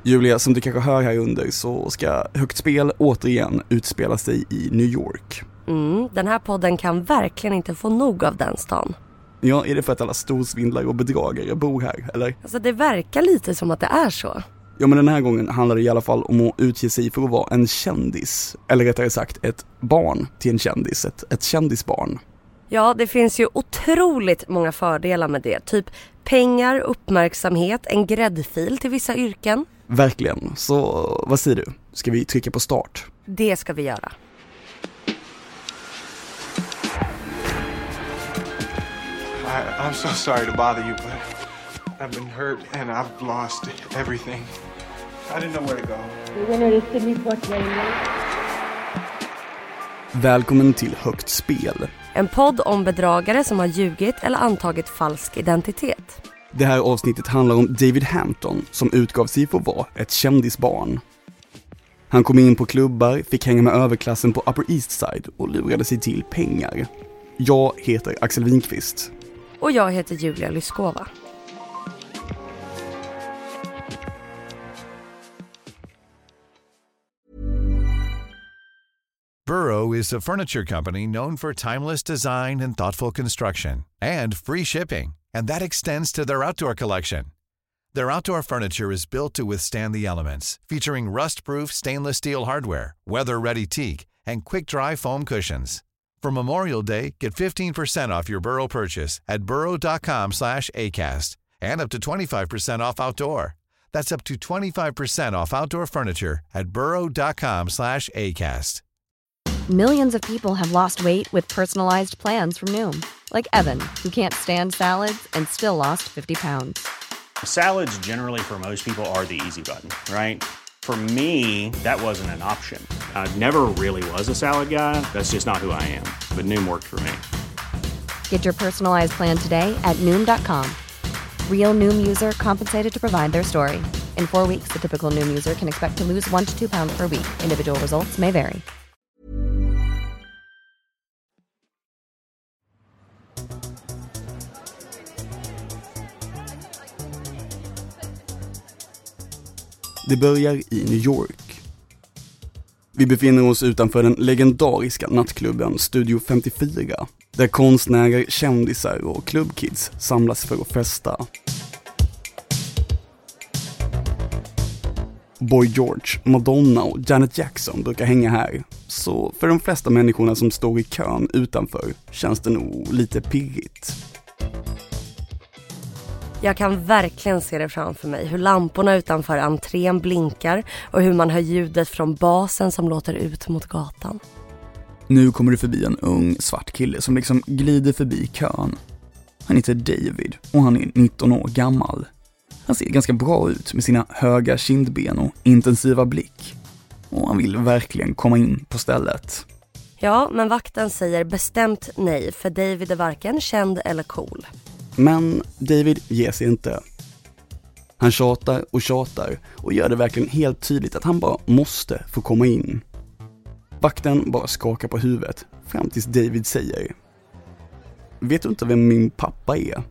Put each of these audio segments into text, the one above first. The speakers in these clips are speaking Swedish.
Julia, som du kanske hör här under så ska Högt spel återigen utspela sig i New York. Den här podden kan verkligen inte få nog av den stan. Ja, är det för att alla storsvindlare och bedragare bor här, eller? Alltså det verkar lite som att det är så. Ja, men den här gången handlar det i alla fall om att utge sig för att vara en kändis. Eller rättare sagt ett barn till en kändis, ett kändisbarn. Ja, det finns ju otroligt många fördelar med det. Typ pengar, uppmärksamhet, en gräddfil till vissa yrken. Verkligen. Så vad säger du? Ska vi trycka på start? Det ska vi göra. I'm so sorry to bother you, but I've been hurt and I've lost everything. I didn't know where to go. The winner is Sidney Poitier. Välkommen till Högt spel. En podd om bedragare som har ljugit eller antagit falsk identitet. Det här avsnittet handlar om David Hampton som utgav sig för att vara ett kändisbarn. Han kom in på klubbar, fick hänga med överklassen på Upper East Side och lurade sig till pengar. Jag heter Axel Winqvist. Och jag heter Julia Lyskova. Burrow is a furniture company known for timeless design and thoughtful construction, and free shipping, and that extends to their outdoor collection. Their outdoor furniture is built to withstand the elements, featuring rust-proof stainless steel hardware, weather-ready teak, and quick-dry foam cushions. For Memorial Day, get 15% off your Burrow purchase at burrow.com/acast, and up to 25% off outdoor. That's up to 25% off outdoor furniture at burrow.com/acast. Millions of people have lost weight with personalized plans from Noom. Like Evan, who can't stand salads and still lost 50 pounds. Salads generally for most people are the easy button, right? For me, that wasn't an option. I never really was a salad guy. That's just not who I am. But Noom worked for me. Get your personalized plan today at Noom.com. Real Noom user compensated to provide their story. In 4 weeks, the typical Noom user can expect to lose 1 to 2 pounds per week. Individual results may vary. Det börjar i New York. Vi befinner oss utanför den legendariska nattklubben Studio 54, där konstnärer, kändisar och klubbkids samlas för att festa. Boy George, Madonna och Janet Jackson brukar hänga här, så för de flesta människorna som står i kön utanför känns det nog lite pirrigt. Jag kan verkligen se det framför mig, hur lamporna utanför entrén blinkar och hur man hör ljudet från basen som låter ut mot gatan. Nu kommer det förbi en ung svart kille som liksom glider förbi kön. Han heter David och han är 19 år gammal. Han ser ganska bra ut med sina höga kindben och intensiva blick. Och han vill verkligen komma in på stället. Ja, men vakten säger bestämt nej, för David är varken känd eller cool. Men David ger sig inte. Han tjatar och gör det verkligen helt tydligt att han bara måste få komma in. Vakten bara skakar på huvudet fram tills David säger: "Vet du inte vem min pappa är?"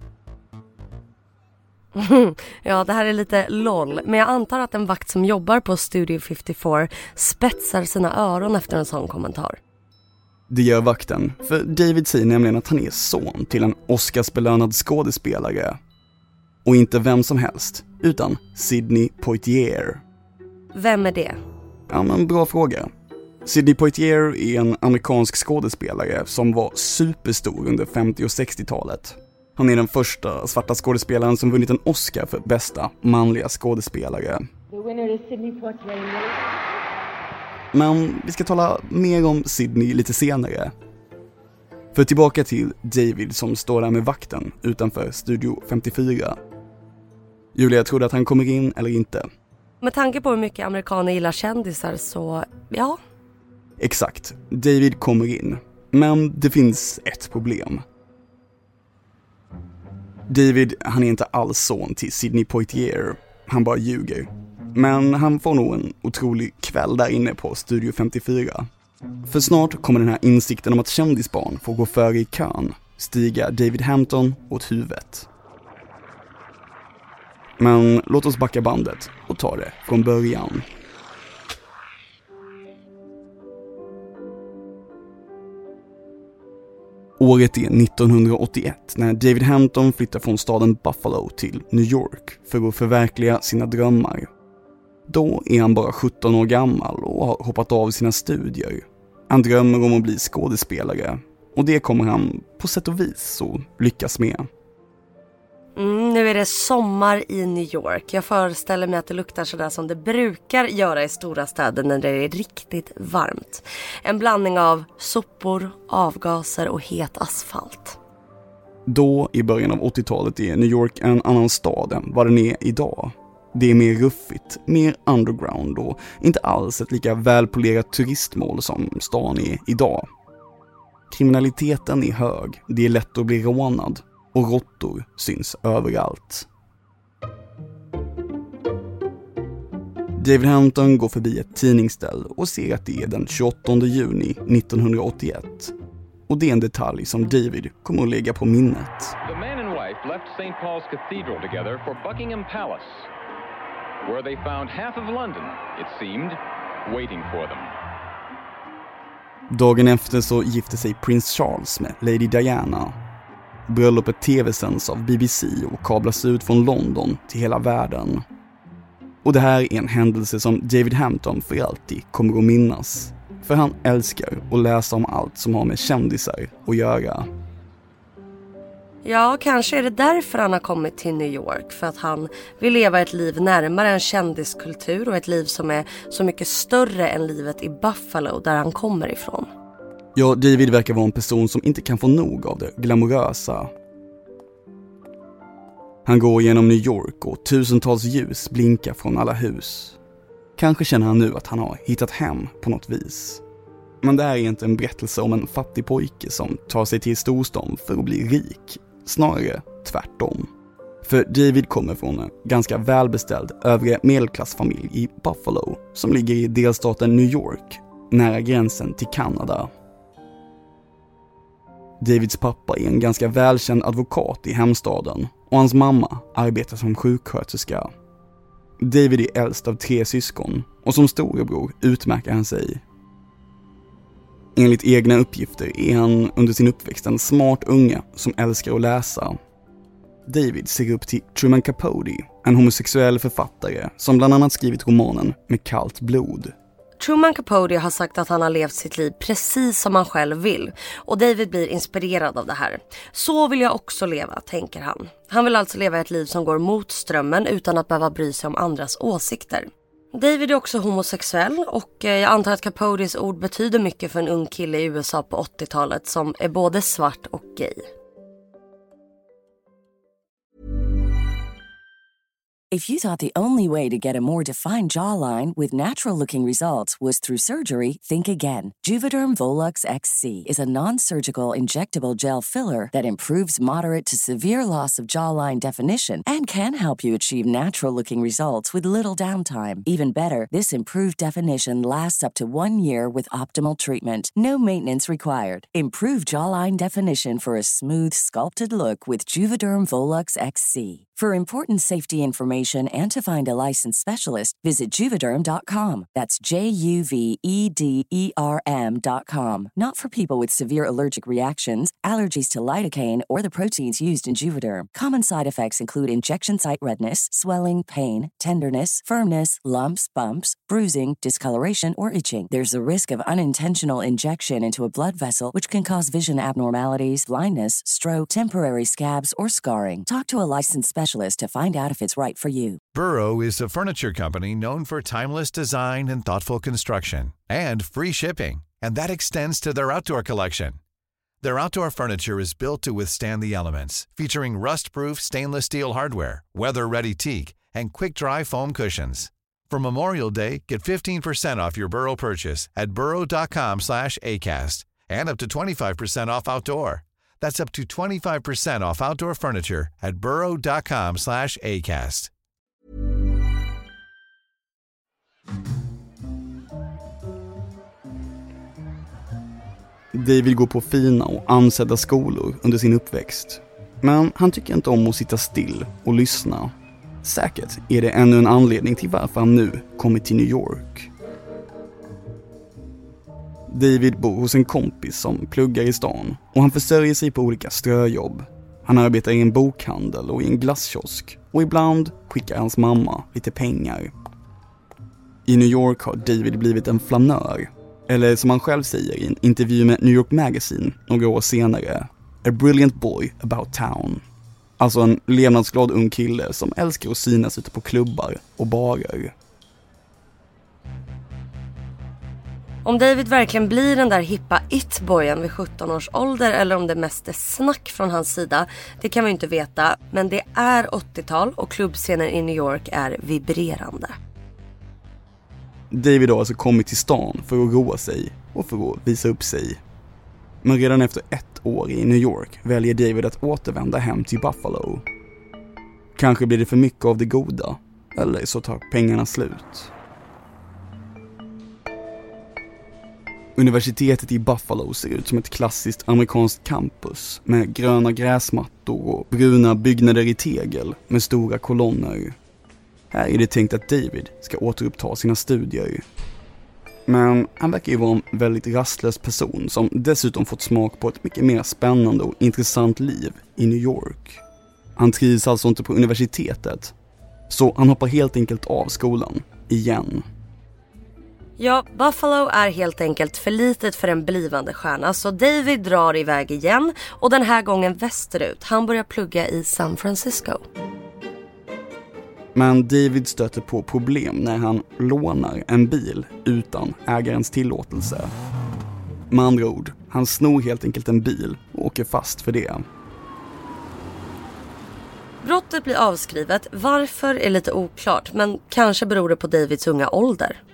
Ja, det här är lite LOL, men jag antar att en vakt som jobbar på Studio 54 spetsar sina öron efter en sån kommentar. Det gör vakten, för David säger nämligen att han är son till en Oscarsbelönad skådespelare. Och inte vem som helst, utan Sidney Poitier. Vem är det? Ja, men bra fråga. Sidney Poitier är en amerikansk skådespelare som var superstor under 50- och 60-talet. Han är den första svarta skådespelaren som vunnit en Oscar för bästa manliga skådespelare. The winner is Sidney Poitier. Men vi ska tala mer om Sidney lite senare. För tillbaka till David som står där med vakten utanför Studio 54. Julia, trodde att han kommer in eller inte? Med tanke på hur mycket amerikaner gillar kändisar så, ja. Exakt, David kommer in. Men det finns ett problem. David, han är inte alls son till Sidney Poitier. Han bara ljuger. Men han får nog en otrolig kväll där inne på Studio 54. För snart kommer den här insikten om att kändisbarn får gå före i kön stiga David Hampton åt huvudet. Men låt oss backa bandet och ta det från början. Året är 1981 när David Hampton flyttar från staden Buffalo till New York för att förverkliga sina drömmar. Då är han bara 17 år gammal och har hoppat av sina studier. Han drömmer om att bli skådespelare och det kommer han på sätt och vis att lyckas med. Nu är det sommar i New York. Jag föreställer mig att det luktar sådär som det brukar göra i stora städer när det är riktigt varmt. En blandning av sopor, avgaser och het asfalt. Då, i början av 80-talet, är New York en annan stad än vad den är idag. Det är mer ruffigt, mer underground och inte alls ett lika välpolerat turistmål som stan är idag. Kriminaliteten är hög, det är lätt att bli rånad och råttor syns överallt. David Hampton går förbi ett tidningsställ och ser att det är den 28 juni 1981. Och det är en detalj som David kommer att lägga på minnet. The man and wife left St. Paul's Cathedral together for Buckingham Palace, where they found half of London, it seemed, waiting for them. Dagen efter så gifte sig Prins Charles med Lady Diana. Bröllopet tv-sänds av BBC och kablas ut från London till hela världen. Och det här är en händelse som David Hampton för alltid kommer att minnas. För han älskar att läsa om allt som har med kändisar att göra. Ja, kanske är det därför han har kommit till New York. För att han vill leva ett liv närmare en kändiskultur och ett liv som är så mycket större än livet i Buffalo där han kommer ifrån. Ja, David verkar vara en person som inte kan få nog av det glamorösa. Han går genom New York och tusentals ljus blinkar från alla hus. Kanske känner han nu att han har hittat hem på något vis. Men det här är inte en berättelse om en fattig pojke som tar sig till storstan för att bli rik. Snarare tvärtom. För David kommer från en ganska välbeställd övre medelklassfamilj i Buffalo som ligger i delstaten New York, nära gränsen till Kanada. Davids pappa är en ganska välkänd advokat i hemstaden och hans mamma arbetar som sjuksköterska. David är äldst av 3 syskon och som storebror utmärker han sig. Enligt egna uppgifter är han under sin uppväxt en smart unge som älskar att läsa. David ser upp till Truman Capote, en homosexuell författare som bland annat skrivit romanen Med kallt blod. Truman Capote har sagt att han har levt sitt liv precis som han själv vill. Och David blir inspirerad av det här. Så vill jag också leva, tänker han. Han vill alltså leva ett liv som går mot strömmen utan att behöva bry sig om andras åsikter. David är också homosexuell och jag antar att Capotes ord betyder mycket för en ung kille i USA på 80-talet som är både svart och gay. If you thought the only way to get a more defined jawline with natural-looking results was through surgery, think again. Juvederm Volux XC is a non-surgical injectable gel filler that improves moderate to severe loss of jawline definition and can help you achieve natural-looking results with little downtime. Even better, this improved definition lasts up to 1 year with optimal treatment. No maintenance required. Improve jawline definition for a smooth, sculpted look with Juvederm Volux XC. For important safety information and to find a licensed specialist, visit Juvederm.com. That's Juvederm.com. Not for people with severe allergic reactions, allergies to lidocaine, or the proteins used in Juvederm. Common side effects include injection site redness, swelling, pain, tenderness, firmness, lumps, bumps, bruising, discoloration, or itching. There's a risk of unintentional injection into a blood vessel, which can cause vision abnormalities, blindness, stroke, temporary scabs, or scarring. Talk to a licensed specialist to find out if it's right for you. Burrow is a furniture company known for timeless design and thoughtful construction, and free shipping, and that extends to their outdoor collection. Their outdoor furniture is built to withstand the elements, featuring rust-proof stainless steel hardware, weather-ready teak, and quick-dry foam cushions. For Memorial Day, get 15% off your Burrow purchase at burrow.com/acast, and up to 25% off outdoor. That's up to 25% off outdoor furniture at burrow.com/acast. David går på fina och ansedda skolor under sin uppväxt. Men han tycker inte om att sitta still och lyssna. Säkert är det ännu en anledning till varför han nu kommit till New York. David bor hos en kompis som pluggar i stan och han försörjer sig på olika ströjobb. Han arbetar i en bokhandel och i en glasskiosk och ibland skickar hans mamma lite pengar. I New York har David blivit en flanör, eller som han själv säger i en intervju med New York Magazine några år senare, a brilliant boy about town. Alltså en levnadsglad ung kille som älskar att synas ute på klubbar och barer. Om David verkligen blir den där hippa it-boyen vid 17 års ålder eller om det mest är snack från hans sida, det kan vi inte veta. Men det är 80-tal och klubbscenen i New York är vibrerande. David har alltså kommit till stan för att roa sig och för att visa upp sig. Men redan efter 1 år i New York väljer David att återvända hem till Buffalo. Kanske blir det för mycket av det goda, eller så tar pengarna slut. Universitetet i Buffalo ser ut som ett klassiskt amerikanskt campus med gröna gräsmattor och bruna byggnader i tegel med stora kolonner. Här är det tänkt att David ska återuppta sina studier. Men han verkar ju vara en väldigt rastlös person som dessutom fått smak på ett mycket mer spännande och intressant liv i New York. Han trivs alltså inte på universitetet, så han hoppar helt enkelt av skolan igen. Ja, Buffalo är helt enkelt för litet för en blivande stjärna, så David drar iväg igen och den här gången västerut. Han börjar plugga i San Francisco. Men David stöter på problem när han lånar en bil utan ägarens tillåtelse. Med andra ord, han snor helt enkelt en bil och åker fast för det. Brottet blir avskrivet. Varför är lite oklart, men kanske beror det på Davids unga ålder.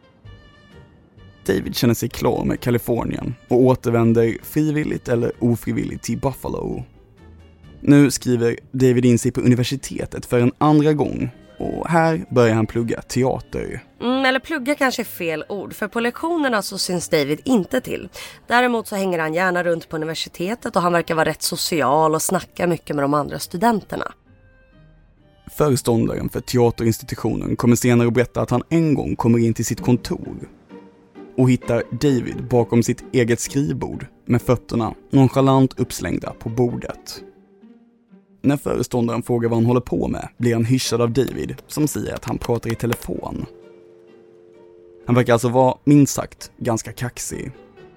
David känner sig klar med Kalifornien och återvänder frivilligt eller ofrivilligt till Buffalo. Nu skriver David in sig på universitetet för en andra gång och här börjar han plugga teater. Eller plugga kanske är fel ord, för på lektionerna så syns David inte till. Däremot så hänger han gärna runt på universitetet och han verkar vara rätt social och snackar mycket med de andra studenterna. Föreståndaren för teaterinstitutionen kommer senare att berätta att han en gång kommer in till sitt kontor och hittar David bakom sitt eget skrivbord med fötterna nonchalant uppslängda på bordet. När föreståndaren frågar vad han håller på med blir han hyschad av David som säger att han pratar i telefon. Han verkar alltså vara minst sagt ganska kaxig.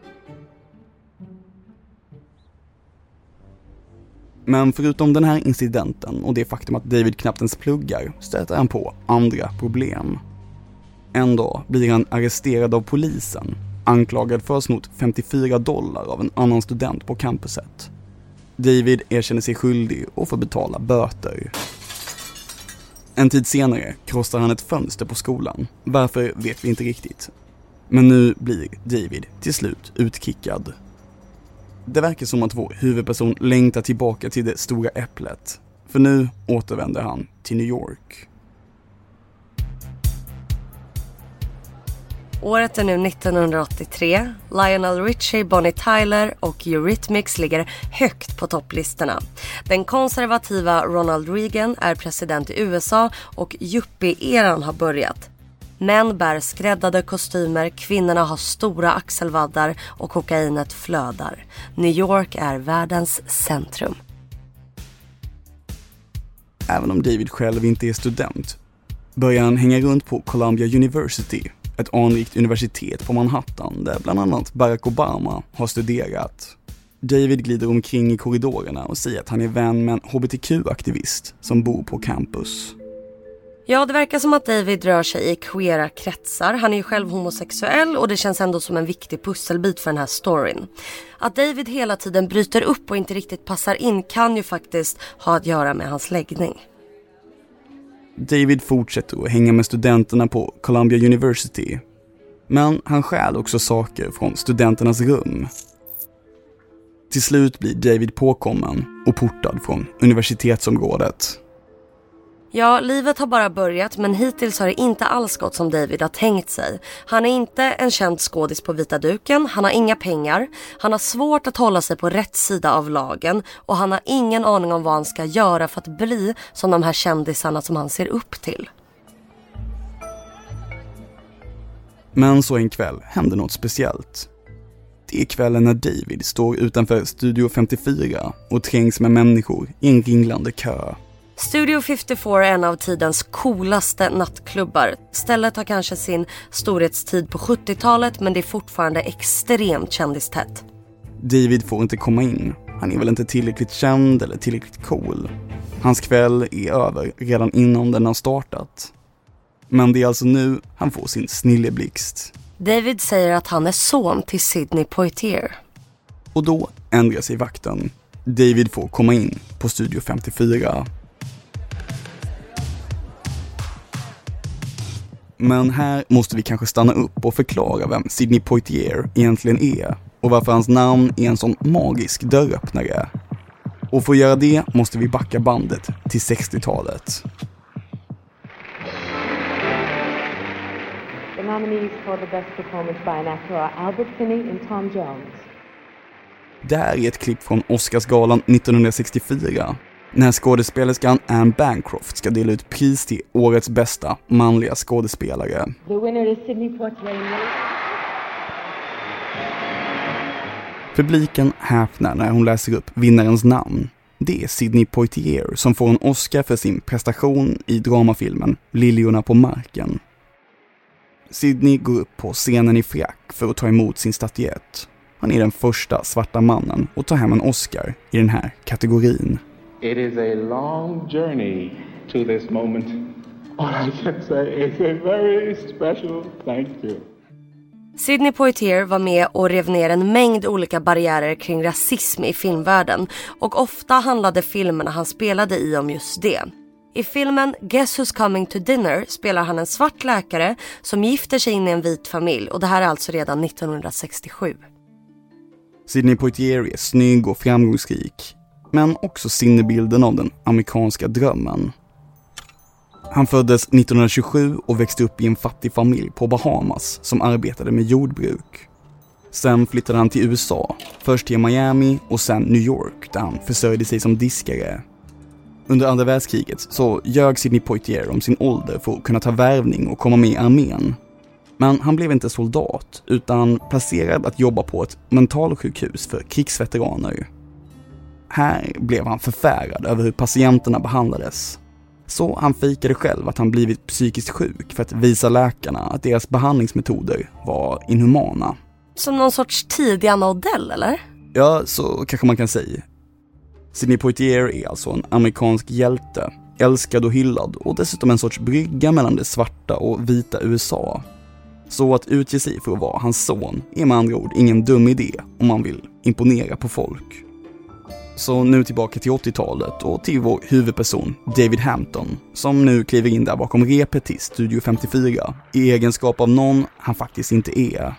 Men förutom den här incidenten och det faktum att David knappt ens pluggar stöter han på andra problem. En dag blir han arresterad av polisen, anklagad för att ha snott $54 av en annan student på campuset. David erkänner sig skyldig och får betala böter. En tid senare krossar han ett fönster på skolan. Varför vet vi inte riktigt. Men nu blir David till slut utkickad. Det verkar som att vår huvudperson längtar tillbaka till det stora äpplet. För nu återvänder han till New York. Året är nu 1983. Lionel Richie, Bonnie Tyler och Eurythmics ligger högt på topplistorna. Den konservativa Ronald Reagan är president i USA och yuppie-eran har börjat. Män bär skräddade kostymer, kvinnorna har stora axelvaddar och kokainet flödar. New York är världens centrum. Även om David själv inte är student börjar han hänga runt på Columbia University, ett anrikt universitet på Manhattan där bland annat Barack Obama har studerat. David glider omkring i korridorerna och säger att han är vän med en hbtq-aktivist som bor på campus. Ja, det verkar som att David rör sig i queera kretsar. Han är ju själv homosexuell och det känns ändå som en viktig pusselbit för den här storyn. Att David hela tiden bryter upp och inte riktigt passar in kan ju faktiskt ha att göra med hans läggning. David fortsätter att hänga med studenterna på Columbia University. Men han stjäl också saker från studenternas rum. Till slut blir David påkommen och portad från universitetsområdet. Ja, livet har bara börjat, men hittills har det inte alls gått som David har tänkt sig. Han är inte en känd skådis på vita duken, han har inga pengar, han har svårt att hålla sig på rätt sida av lagen och han har ingen aning om vad han ska göra för att bli som de här kändisarna som han ser upp till. Men så en kväll händer något speciellt. Det är kvällen när David står utanför Studio 54 och trängs med människor i en ringlande kö. Studio 54 är en av tidens coolaste nattklubbar. Stället har kanske sin storhetstid på 70-talet, men det är fortfarande extremt kändistätt. David får inte komma in. Han är väl inte tillräckligt känd eller tillräckligt cool. Hans kväll är över redan innan den har startat. Men det är alltså nu han får sin snilleblixt. David säger att han är son till Sidney Poitier. Och då ändrar sig vakten. David får komma in på Studio 54. Men här måste vi kanske stanna upp och förklara vem Sidney Poitier egentligen är och varför hans namn är en sån magisk dörröppnare. Och för att göra det måste vi backa bandet till 60-talet. The nominees for the best performance by an actor are Albert Finney and Tom Jones. Det här är ett klipp från Oscarsgalan 1964 när skådespelerskan Anne Bancroft ska dela ut pris till årets bästa manliga skådespelare. The winner is Sidney Poitier. Publiken häpnar när hon läser upp vinnarens namn. Det är Sidney Poitier som får en Oscar för sin prestation i dramafilmen Liljorna på marken. Sidney går upp på scenen i frack för att ta emot sin statyett. Han är den första svarta mannen att ta hem en Oscar i den här kategorin. It is a long journey to this moment. All I can say is a very special thank you. Sidney Poitier var med och rev ner en mängd olika barriärer kring rasism i filmvärlden och ofta handlade filmerna han spelade i om just det. I filmen Guess Who's Coming to Dinner spelar han en svart läkare som gifter sig in i en vit familj och det här är alltså redan 1967. Sidney Poitier är snygg och framgångsrik, men också sinnebilden av den amerikanska drömmen. Han föddes 1927 och växte upp i en fattig familj på Bahamas som arbetade med jordbruk. Sen flyttade han till USA, först till Miami och sen New York där han försörjde sig som diskare. Under andra världskriget så ljög Sidney Poitier om sin ålder för att kunna ta värvning och komma med i armén. Men han blev inte soldat utan placerad att jobba på ett mentalsjukhus för krigsveteraner. Här blev han förfärad över hur patienterna behandlades. Så han fikade själv att han blivit psykiskt sjuk för att visa läkarna att deras behandlingsmetoder var inhumana. Som någon sorts tidig Anna Odell, eller? Ja, så kanske man kan säga. Sidney Poitier är alltså en amerikansk hjälte, älskad och hyllad och dessutom en sorts brygga mellan det svarta och vita USA. Så att utge sig för att vara hans son är med andra ord ingen dum idé om man vill imponera på folk. Så nu tillbaka till 80-talet och till vår huvudperson David Hampton som nu kliver in där bakom repet till Studio 54 i egenskap av någon han faktiskt inte är.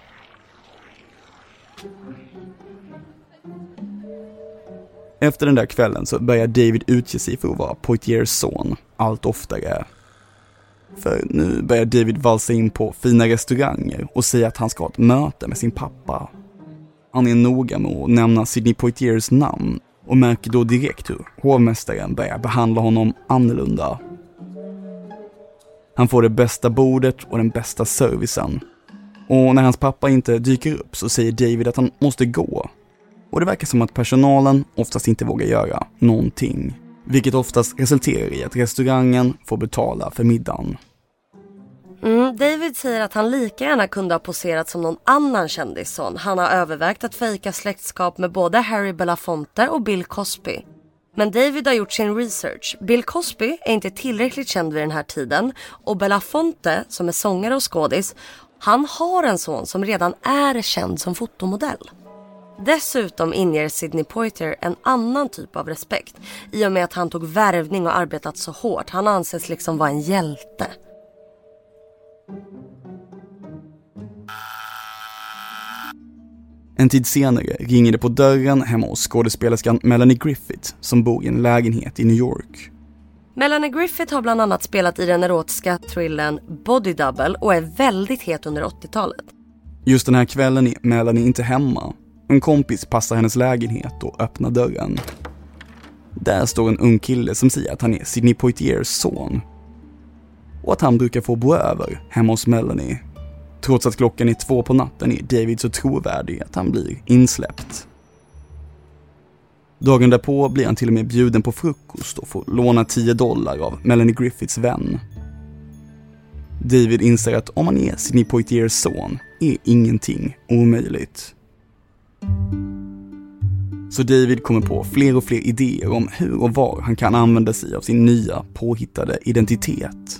Efter den där kvällen så börjar David utge sig för att vara Poitiers son allt oftare. För nu börjar David valsa in på fina restauranger och säga att han ska ha ett möte med sin pappa. Han är noga med att nämna Sidney Poitiers namn och märker då direkt hur hovmästaren börjar behandla honom annorlunda. Han får det bästa bordet och den bästa servicen. Och när hans pappa inte dyker upp så säger David att han måste gå. Och det verkar som att personalen oftast inte vågar göra någonting. Vilket oftast resulterar i att restaurangen får betala för middagen. David säger att han lika gärna kunde ha poserat som någon annan kändisson. Han har övervägt att fejka släktskap med både Harry Belafonte och Bill Cosby. Men David har gjort sin research. Bill Cosby är inte tillräckligt känd vid den här tiden. Och Belafonte, som är sångare och skådis, han har en son som redan är känd som fotomodell. Dessutom inger Sidney Poitier en annan typ av respekt i och med att han tog värvning och arbetat så hårt. Han anses liksom vara en hjälte. En tid senare ringer det på dörren hemma hos skådespelerskan Melanie Griffith som bor i en lägenhet i New York. Melanie Griffith har bland annat spelat i den erotiska thrillern Body Double och är väldigt het under 80-talet. Just den här kvällen är Melanie inte hemma. En kompis passar hennes lägenhet och öppnar dörren. Där står en ung kille som säger att han är Sidney Poitiers son. Och att han brukar få bo över hemma hos Melanie. Trots att klockan är 2 på natten är David så trovärdig att han blir insläppt. Dagen därpå blir han till och med bjuden på frukost och får låna $10 av Melanie Griffiths vän. David inser att om han är Sidney Poitiers son är ingenting omöjligt. Så David kommer på fler och fler idéer om hur och var han kan använda sig av sin nya påhittade identitet.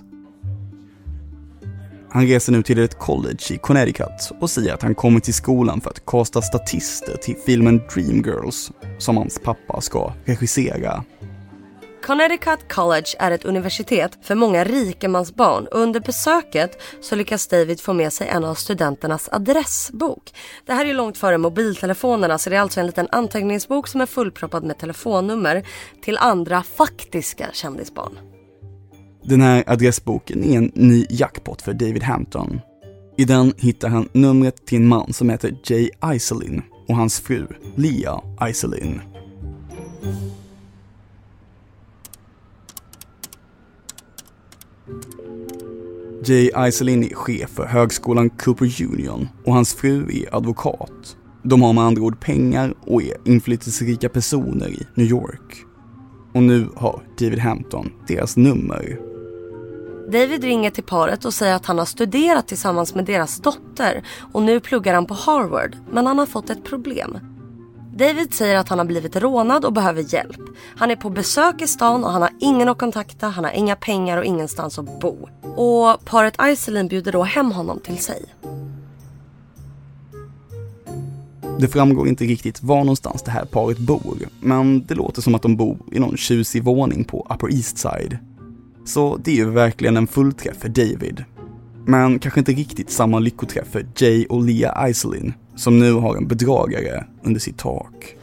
Han reser nu till ett college i Connecticut och säger att han kommer till skolan för att kasta statister till filmen Dreamgirls som hans pappa ska regissera. Connecticut College är ett universitet för många rikemansbarn och under besöket så lyckas David få med sig en av studenternas adressbok. Det här är långt före mobiltelefonerna, så det är alltså en liten anteckningsbok som är fullproppad med telefonnummer till andra faktiska kändisbarn. Den här adressboken är en ny jackpot för David Hampton. I den hittar han numret till en man som heter Jay Iselin och hans fru Leah Iselin. Jay Iselin är chef för högskolan Cooper Union och hans fru är advokat. De har med andra ord pengar och är inflytelserika personer i New York. Och nu har David Hampton deras nummer. David ringer till paret och säger att han har studerat tillsammans med deras dotter och nu pluggar han på Harvard, men han har fått ett problem. David säger att han har blivit rånad och behöver hjälp. Han är på besök i stan och han har ingen att kontakta, han har inga pengar och ingenstans att bo. Och paret Iselin bjuder då hem honom till sig. Det framgår inte riktigt var någonstans det här paret bor, men det låter som att de bor i någon tjusig våning på Upper East Side. Så det är ju verkligen en fullträff för David. Men kanske inte riktigt samma lyckoträff för Jay och Leah Iselin, som nu har en bedragare under sitt tak.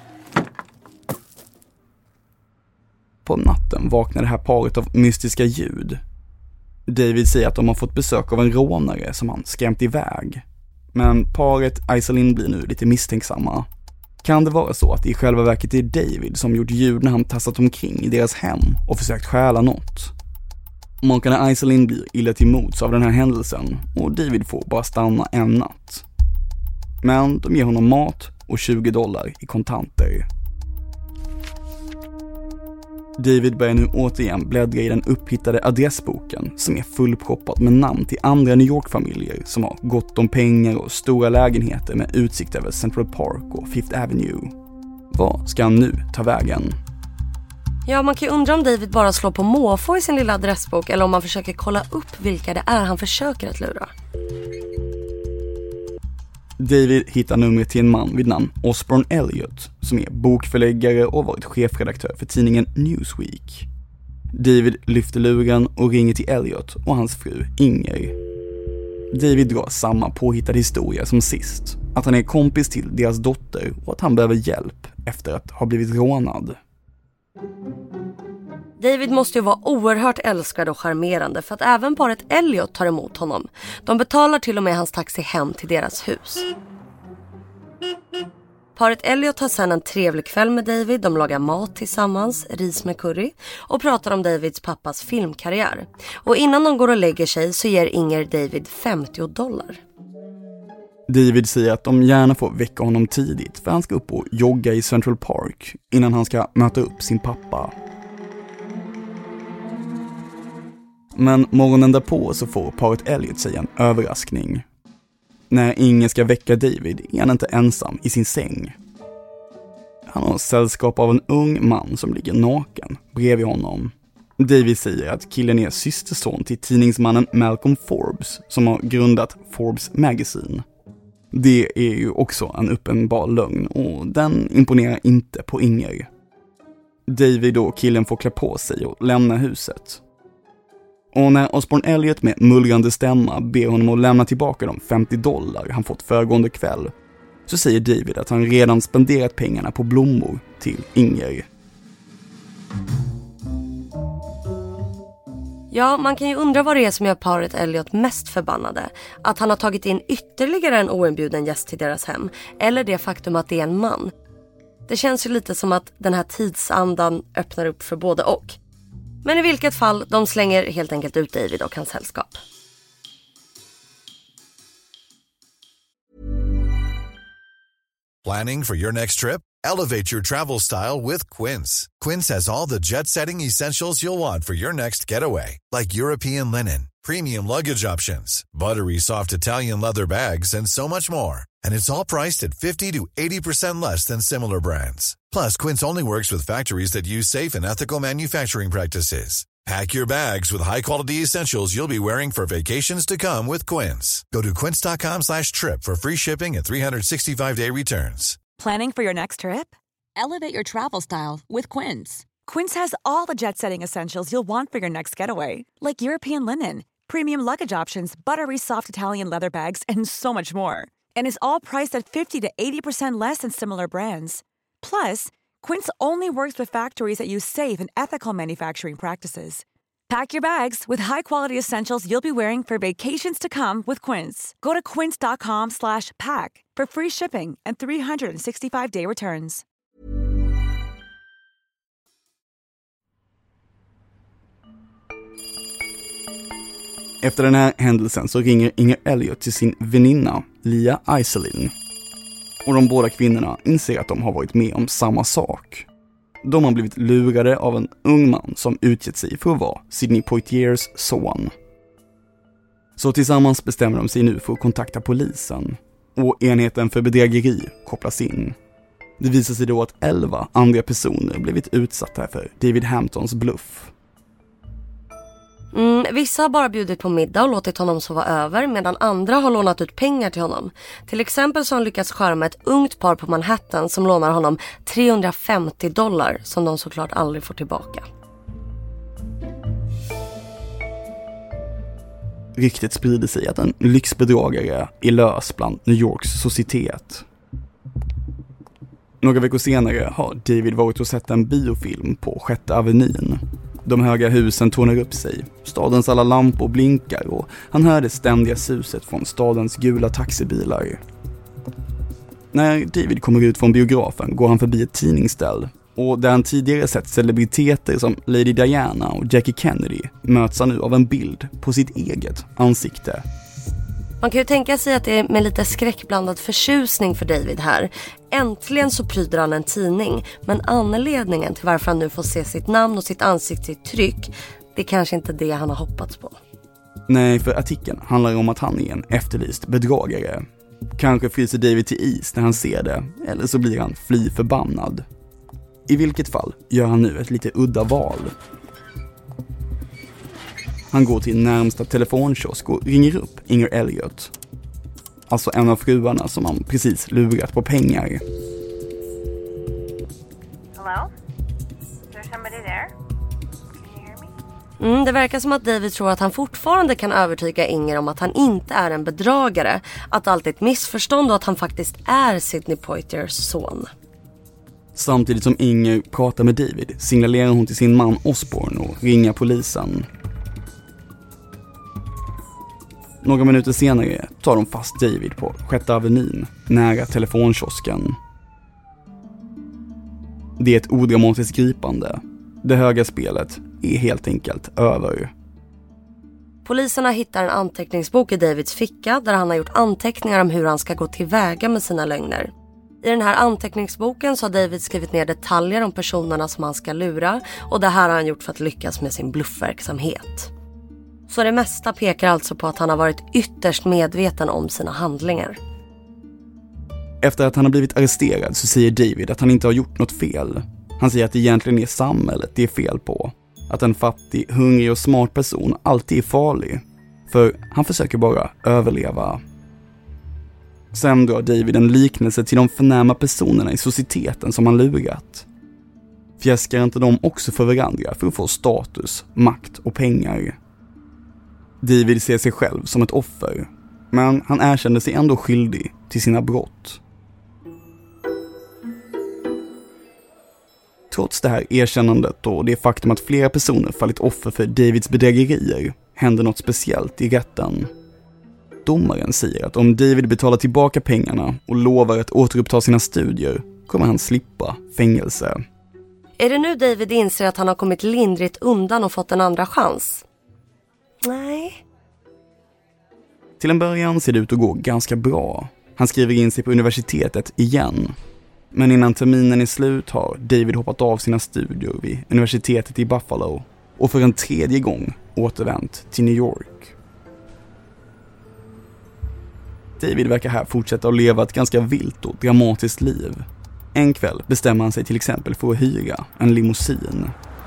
På natten vaknar det här paret av mystiska ljud. David säger att de har fått besök av en rånare som han skrämt iväg. Men paret Iselin blir nu lite misstänksamma. Kan det vara så att det i själva verket är David som gjort ljud när han tassat omkring i deras hem och försökt stjäla något? Makarna Iselin blir illa till mods av den här händelsen och David får bara stanna en natt. Men de ger honom mat och $20 i kontanter. David börjar nu återigen bläddra i den upphittade adressboken som är fullproppad med namn till andra New York-familjer som har gott om pengar och stora lägenheter med utsikt över Central Park och Fifth Avenue. Vad ska han nu ta vägen? Ja, man kan ju undra om David bara slår på måfå i sin lilla adressbok eller om han försöker kolla upp vilka det är han försöker att lura. David hittar numret till en man vid namn Osborne Elliot som är bokförläggare och varit chefredaktör för tidningen Newsweek. David lyfter luren och ringer till Elliot och hans fru Inger. David drar samma påhittade historia som sist, att han är kompis till deras dotter och att han behöver hjälp efter att ha blivit rånad. David måste ju vara oerhört älskad och charmerande för att även paret Elliot tar emot honom. De betalar till och med hans taxi hem till deras hus. Paret Elliot har sedan en trevlig kväll med David. De lagar mat tillsammans, ris med curry, och pratar om Davids pappas filmkarriär. Och innan de går och lägger sig så ger Inger David $50. David säger att de gärna får väcka honom tidigt för han ska upp och jogga i Central Park innan han ska möta upp sin pappa. Men morgonen därpå så får paret Elliot sig en överraskning. När Inger ska väcka David är han inte ensam i sin säng. Han har sällskap av en ung man som ligger naken bredvid honom. David säger att killen är systerson till tidningsmannen Malcolm Forbes som har grundat Forbes Magazine. Det är ju också en uppenbar lögn och den imponerar inte på Inger. David och killen får klä på sig och lämna huset. Och när Osborne Elliot med mullrande stämma ber honom att lämna tillbaka de $50 han fått föregående kväll, så säger David att han redan spenderat pengarna på blommor till Inger. Ja, man kan ju undra vad det är som gör paret Elliot mest förbannade. Att han har tagit in ytterligare en oinbjuden gäst till deras hem. Eller det faktum att det är en man. Det känns ju lite som att den här tidsandan öppnar upp för både och. Men i vilket fall, de slänger helt enkelt ut David och hans sällskap. Planning for your next trip? Elevate your travel style with Quince. Quince has all the jet-setting essentials you'll want for your next getaway, like European linen, premium luggage options, buttery soft Italian leather bags, and so much more. And it's all priced at 50 to 80% less than similar brands. Plus, Quince only works with factories that use safe and ethical manufacturing practices. Pack your bags with high-quality essentials you'll be wearing for vacations to come with Quince. Go to quince.com/trip for free shipping and 365-day returns. Planning for your next trip? Elevate your travel style with Quince. Quince has all the jet-setting essentials you'll want for your next getaway, like European linen, premium luggage options, buttery soft Italian leather bags, and so much more. And is all priced at 50 to 80% less than similar brands. Plus, Quince only works with factories that use safe and ethical manufacturing practices. Pack your bags with high-quality essentials you'll be wearing for vacations to come with Quince. Go to quince.com/pack for free shipping and 365-day returns. Efter den här händelsen så ringer Inger Elliot till sin väninna Lia Iselin. Och de båda kvinnorna inser att de har varit med om samma sak. De har blivit lurade av en ung man som utgett sig för att vara Sidney Poitiers son. Så tillsammans bestämmer de sig nu för att kontakta polisen. Och enheten för bedrägeri kopplas in. Det visar sig då att 11 andra personer blivit utsatta för David Hamptons bluff. Vissa har bara bjudit på middag och låtit honom sova över, medan andra har lånat ut pengar till honom. Till exempel så har han lyckats skärma ett ungt par på Manhattan som lånar honom $350 som de såklart aldrig får tillbaka. Ryktet sprider sig att en lyxbedragare är lös bland New Yorks societet. Några veckor senare har David varit och sett en biofilm på 6:e Avenyn. De höga husen tornar upp sig, stadens alla lampor blinkar och han hör det ständiga suset från stadens gula taxibilar. När David kommer ut från biografen går han förbi ett tidningsställ och där han tidigare sett celebriteter som Lady Diana och Jackie Kennedy möts han nu av en bild på sitt eget ansikte. Man kan ju tänka sig att det är med lite skräckblandad förtjusning för David här. Äntligen så pryder han en tidning, men anledningen till varför han nu får se sitt namn och sitt ansikte i tryck, det är kanske inte det han har hoppats på. Nej, för artikeln handlar om att han är en efterlyst bedragare. Kanske fryser David till is när han ser det, eller så blir han fly förbannad. I vilket fall gör han nu ett lite udda val. Han går till närmsta telefonkiosk och ringer upp Inger Elliot. Alltså en av fruarna som han precis lurat på pengar. Hello? Is there somebody there? Can you hear me? Det verkar som att David tror att han fortfarande kan övertyga Inger om att han inte är en bedragare. Att allt är ett missförstånd och att han faktiskt är Sidney Poitiers son. Samtidigt som Inger pratar med David signalerar hon till sin man Osborne och ringer polisen. Några minuter senare tar de fast David på 6:e Avenyn, nära telefonkiosken. Det är ett odramatiskt gripande. Det höga spelet är helt enkelt över. Poliserna hittar en anteckningsbok i Davids ficka där han har gjort anteckningar om hur han ska gå tillväga med sina lögner. I den här anteckningsboken så har David skrivit ner detaljer om personerna som han ska lura, och det här har han gjort för att lyckas med sin bluffverksamhet. Så det mesta pekar alltså på att han har varit ytterst medveten om sina handlingar. Efter att han har blivit arresterad så säger David att han inte har gjort något fel. Han säger att det egentligen är samhället det är fel på. Att en fattig, hungrig och smart person alltid är farlig. För han försöker bara överleva. Sen drar David en liknelse till de förnäma personerna i societeten som han lurat. Fjäskar inte de också för varandra för att få status, makt och pengar? David ser sig själv som ett offer, men han erkänner sig ändå skyldig till sina brott. Trots det här erkännandet och det faktum att flera personer fallit offer för Davids bedrägerier händer något speciellt i rätten. Domaren säger att om David betalar tillbaka pengarna och lovar att återuppta sina studier kommer han slippa fängelse. Är det nu David inser att han har kommit lindrigt undan och fått en andra chans? Nej. Till en början ser det ut att gå ganska bra. Han skriver in sig på universitetet igen. Men innan terminen är slut har David hoppat av sina studier vid universitetet i Buffalo och för en tredje gång återvänt till New York. David verkar här fortsätta att leva ett ganska vilt och dramatiskt liv. En kväll bestämmer han sig till exempel för att hyra en limousin.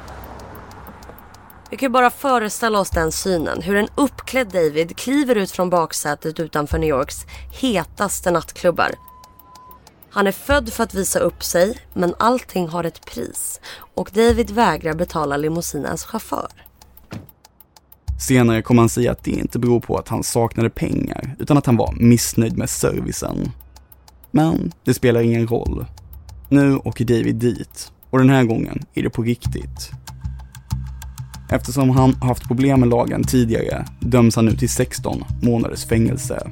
Vi kan ju bara föreställa oss den synen. Hur en uppklädd David kliver ut från baksätet utanför New Yorks hetaste nattklubbar. Han är född för att visa upp sig, men allting har ett pris. Och David vägrar betala limousinens chaufför. Senare kommer han säga att det inte beror på att han saknade pengar, utan att han var missnöjd med servicen. Men det spelar ingen roll. Nu åker David dit, och den här gången är det på riktigt. Eftersom han haft problem med lagen tidigare döms han nu till 16 månaders fängelse.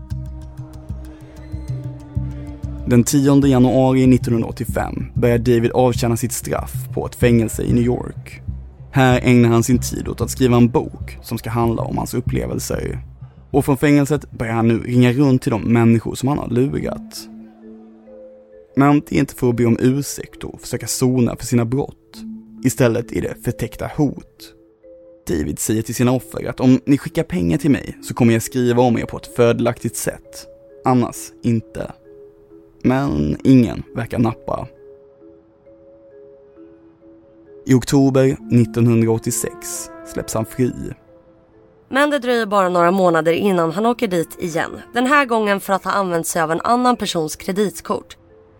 Den 10 januari 1985 börjar David avtjäna sitt straff på ett fängelse i New York. Här ägnar han sin tid åt att skriva en bok som ska handla om hans upplevelser. Och från fängelset börjar han nu ringa runt till de människor som han har lurat. Men det är inte för att be om ursäkt och försöka sona för sina brott. Istället är det förtäckta hot. David säger till sina offer att om ni skickar pengar till mig så kommer jag skriva om er på ett fördelaktigt sätt. Annars inte. Men ingen verkar nappa. I oktober 1986 släpps han fri. Men det dröjer bara några månader innan han åker dit igen. Den här gången för att ha använt sig av en annan persons kreditkort.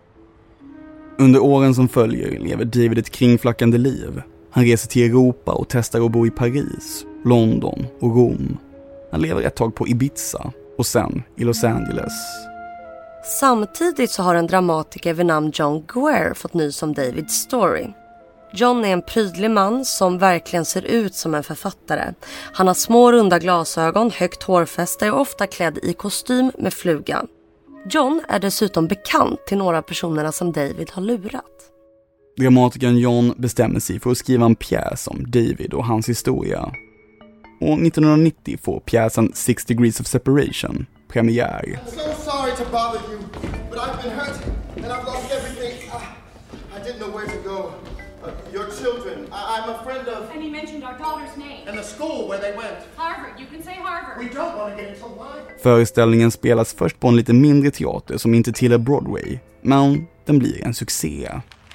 Under åren som följer lever David ett kringflackande liv. Han reser till Europa och testar att bo i Paris, London och Rom. Han lever ett tag på Ibiza och sen i Los Angeles. Samtidigt så har en dramatiker vid namn John Guare fått nys om Davids story. John är en prydlig man som verkligen ser ut som en författare. Han har små runda glasögon, högt hårfäste och ofta klädd i kostym med fluga. John är dessutom bekant till några personerna som David har lurat. Dramatikern John bestämmer sig för att skriva en pjäs om David och hans historia. Och 1990 får pjäsen 6 Degrees of Separation premiär. I'm so sorry to bother you, but I've been hurt and I've lost everything. I didn't know where to go. Your children, I'm a friend of... And he mentioned our daughter's name. And the school where they went. Harvard, you can say Harvard. We don't want to get into line. Föreställningen spelas först på en lite mindre teater som inte tillhör Broadway, men den blir en succé.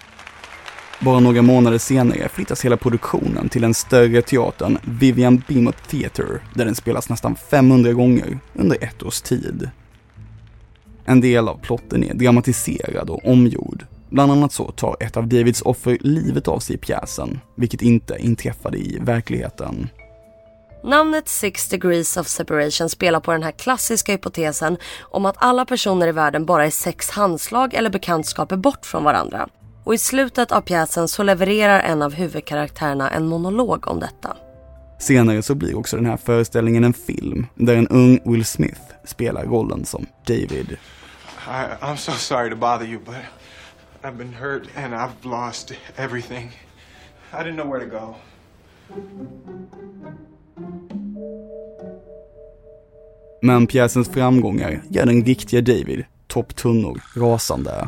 Bara några månader senare flyttas hela produktionen till den större teatern Vivian Beamer Theatre, där den spelas nästan 500 gånger under ett års tid. En del av plotten är dramatiserad och omgjord. Bland annat så tar ett av Davids offer livet av sig i pjäsen, vilket inte inträffade i verkligheten. Namnet 6 Degrees of Separation spelar på den här klassiska hypotesen om att alla personer i världen bara är 6 handslag eller bekantskaper bort från varandra. Och i slutet av pjäsen så levererar en av huvudkaraktärerna en monolog om detta. Senare så blir också den här föreställningen en film där en ung Will Smith spelar rollen som David. I'm so sorry to bother you, but I've been hurt and I've lost everything. I didn't know where to go. Men pjäsens framgångar gör den riktiga David topptunnor rasande.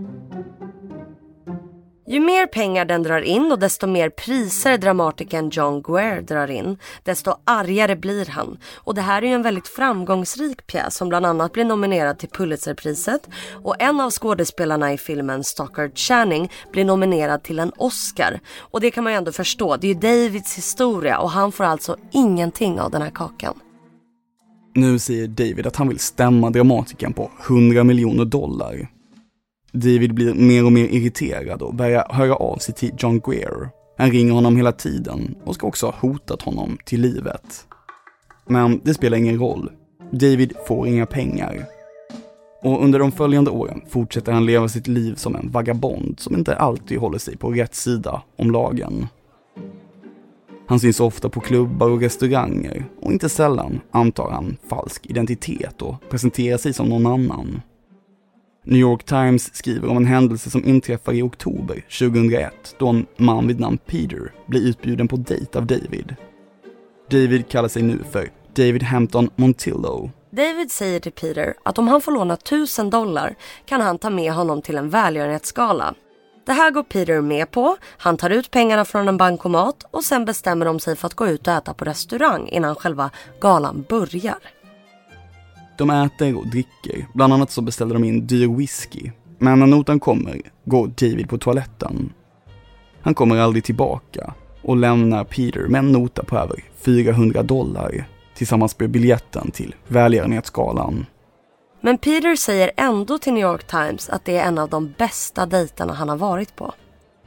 Ju mer pengar den drar in och desto mer priser dramatikern John Guare drar in, desto argare blir han. Och det här är ju en väldigt framgångsrik pjäs som bland annat blir nominerad till Pulitzerpriset. Och en av skådespelarna i filmen, Stockard Channing, blir nominerad till en Oscar. Och det kan man ju ändå förstå, det är ju Davids historia och han får alltså ingenting av den här kakan. Nu säger David att han vill stämma dramatikern på $100 miljoner. David blir mer och mer irriterad och börjar höra av sig till John Guare. Han ringer honom hela tiden och ska också ha hotat honom till livet. Men det spelar ingen roll. David får inga pengar. Och under de följande åren fortsätter han leva sitt liv som en vagabond som inte alltid håller sig på rätt sida om lagen. Han syns ofta på klubbar och restauranger och inte sällan antar han falsk identitet och presenterar sig som någon annan. New York Times skriver om en händelse som inträffar i oktober 2001 då en man vid namn Peter blir utbjuden på dejt av David. David kallar sig nu för David Hampton Montillo. David säger till Peter att om han får låna $1,000 kan han ta med honom till en välgörenhetsgala. Det här går Peter med på, han tar ut pengarna från en bankomat och sen bestämmer de sig för att gå ut och äta på restaurang innan själva galan börjar. De äter och dricker, bland annat så beställer de in dyr whisky. Men när notan kommer går David på toaletten. Han kommer aldrig tillbaka och lämnar Peter med en nota på över $400 tillsammans med biljetten till välgörenhetsgalan. Men Peter säger ändå till New York Times att det är en av de bästa dejterna han har varit på.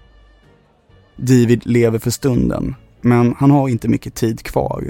David lever för stunden, men han har inte mycket tid kvar.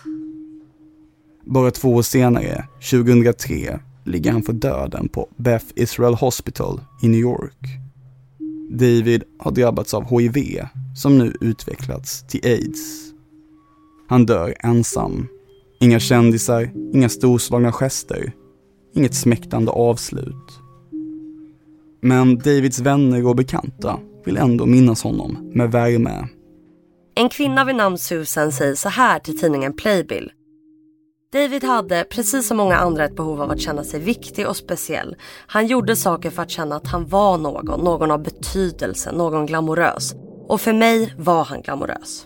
Bara 2 år senare, 2003, ligger han för döden på Beth Israel Hospital i New York. David har drabbats av HIV som nu utvecklats till AIDS. Han dör ensam. Inga kändisar, inga storslagna gester, inget smäktande avslut. Men Davids vänner och bekanta vill ändå minnas honom med värme. En kvinna vid namn Susan säger så här till tidningen Playbill. David hade, precis som många andra, ett behov av att känna sig viktig och speciell. Han gjorde saker för att känna att han var någon av betydelse, någon glamorös. Och för mig var han glamorös.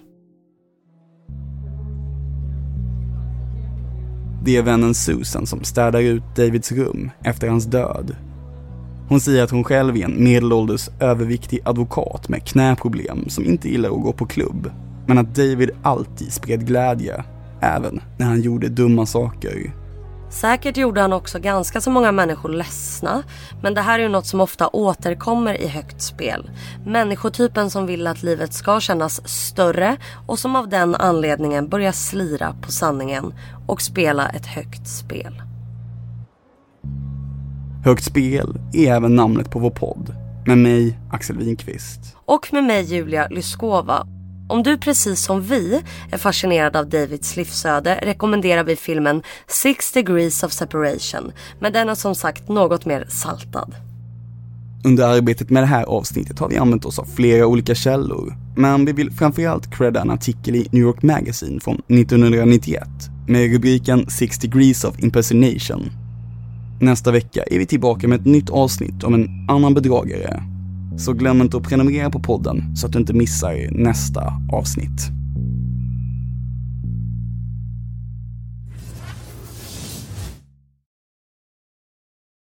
Det är vännen Susan som städar ut Davids rum efter hans död. Hon säger att hon själv är en medelålders överviktig advokat med knäproblem som inte gillar att gå på klubb. Men att David alltid spred glädje, även när han gjorde dumma saker. Säkert gjorde han också ganska så många människor ledsna, men det här är ju något som ofta återkommer i högt spel. Människotypen som vill att livet ska kännas större och som av den anledningen börjar slira på sanningen och spela ett högt spel. Högt spel är även namnet på vår podd, med mig, Axel Winqvist. Och med mig, Julia Lyskova. Om du precis som vi är fascinerad av Davids livsöde rekommenderar vi filmen 6 Degrees of Separation, men den är som sagt något mer saltad. Under arbetet med det här avsnittet har vi använt oss av flera olika källor, men vi vill framförallt credda en artikel i New York Magazine från 1991 med rubriken 6 Degrees of Impersonation. Nästa vecka är vi tillbaka med ett nytt avsnitt om en annan bedragare. Så glöm inte att prenumerera på podden så att du inte missar nästa avsnitt.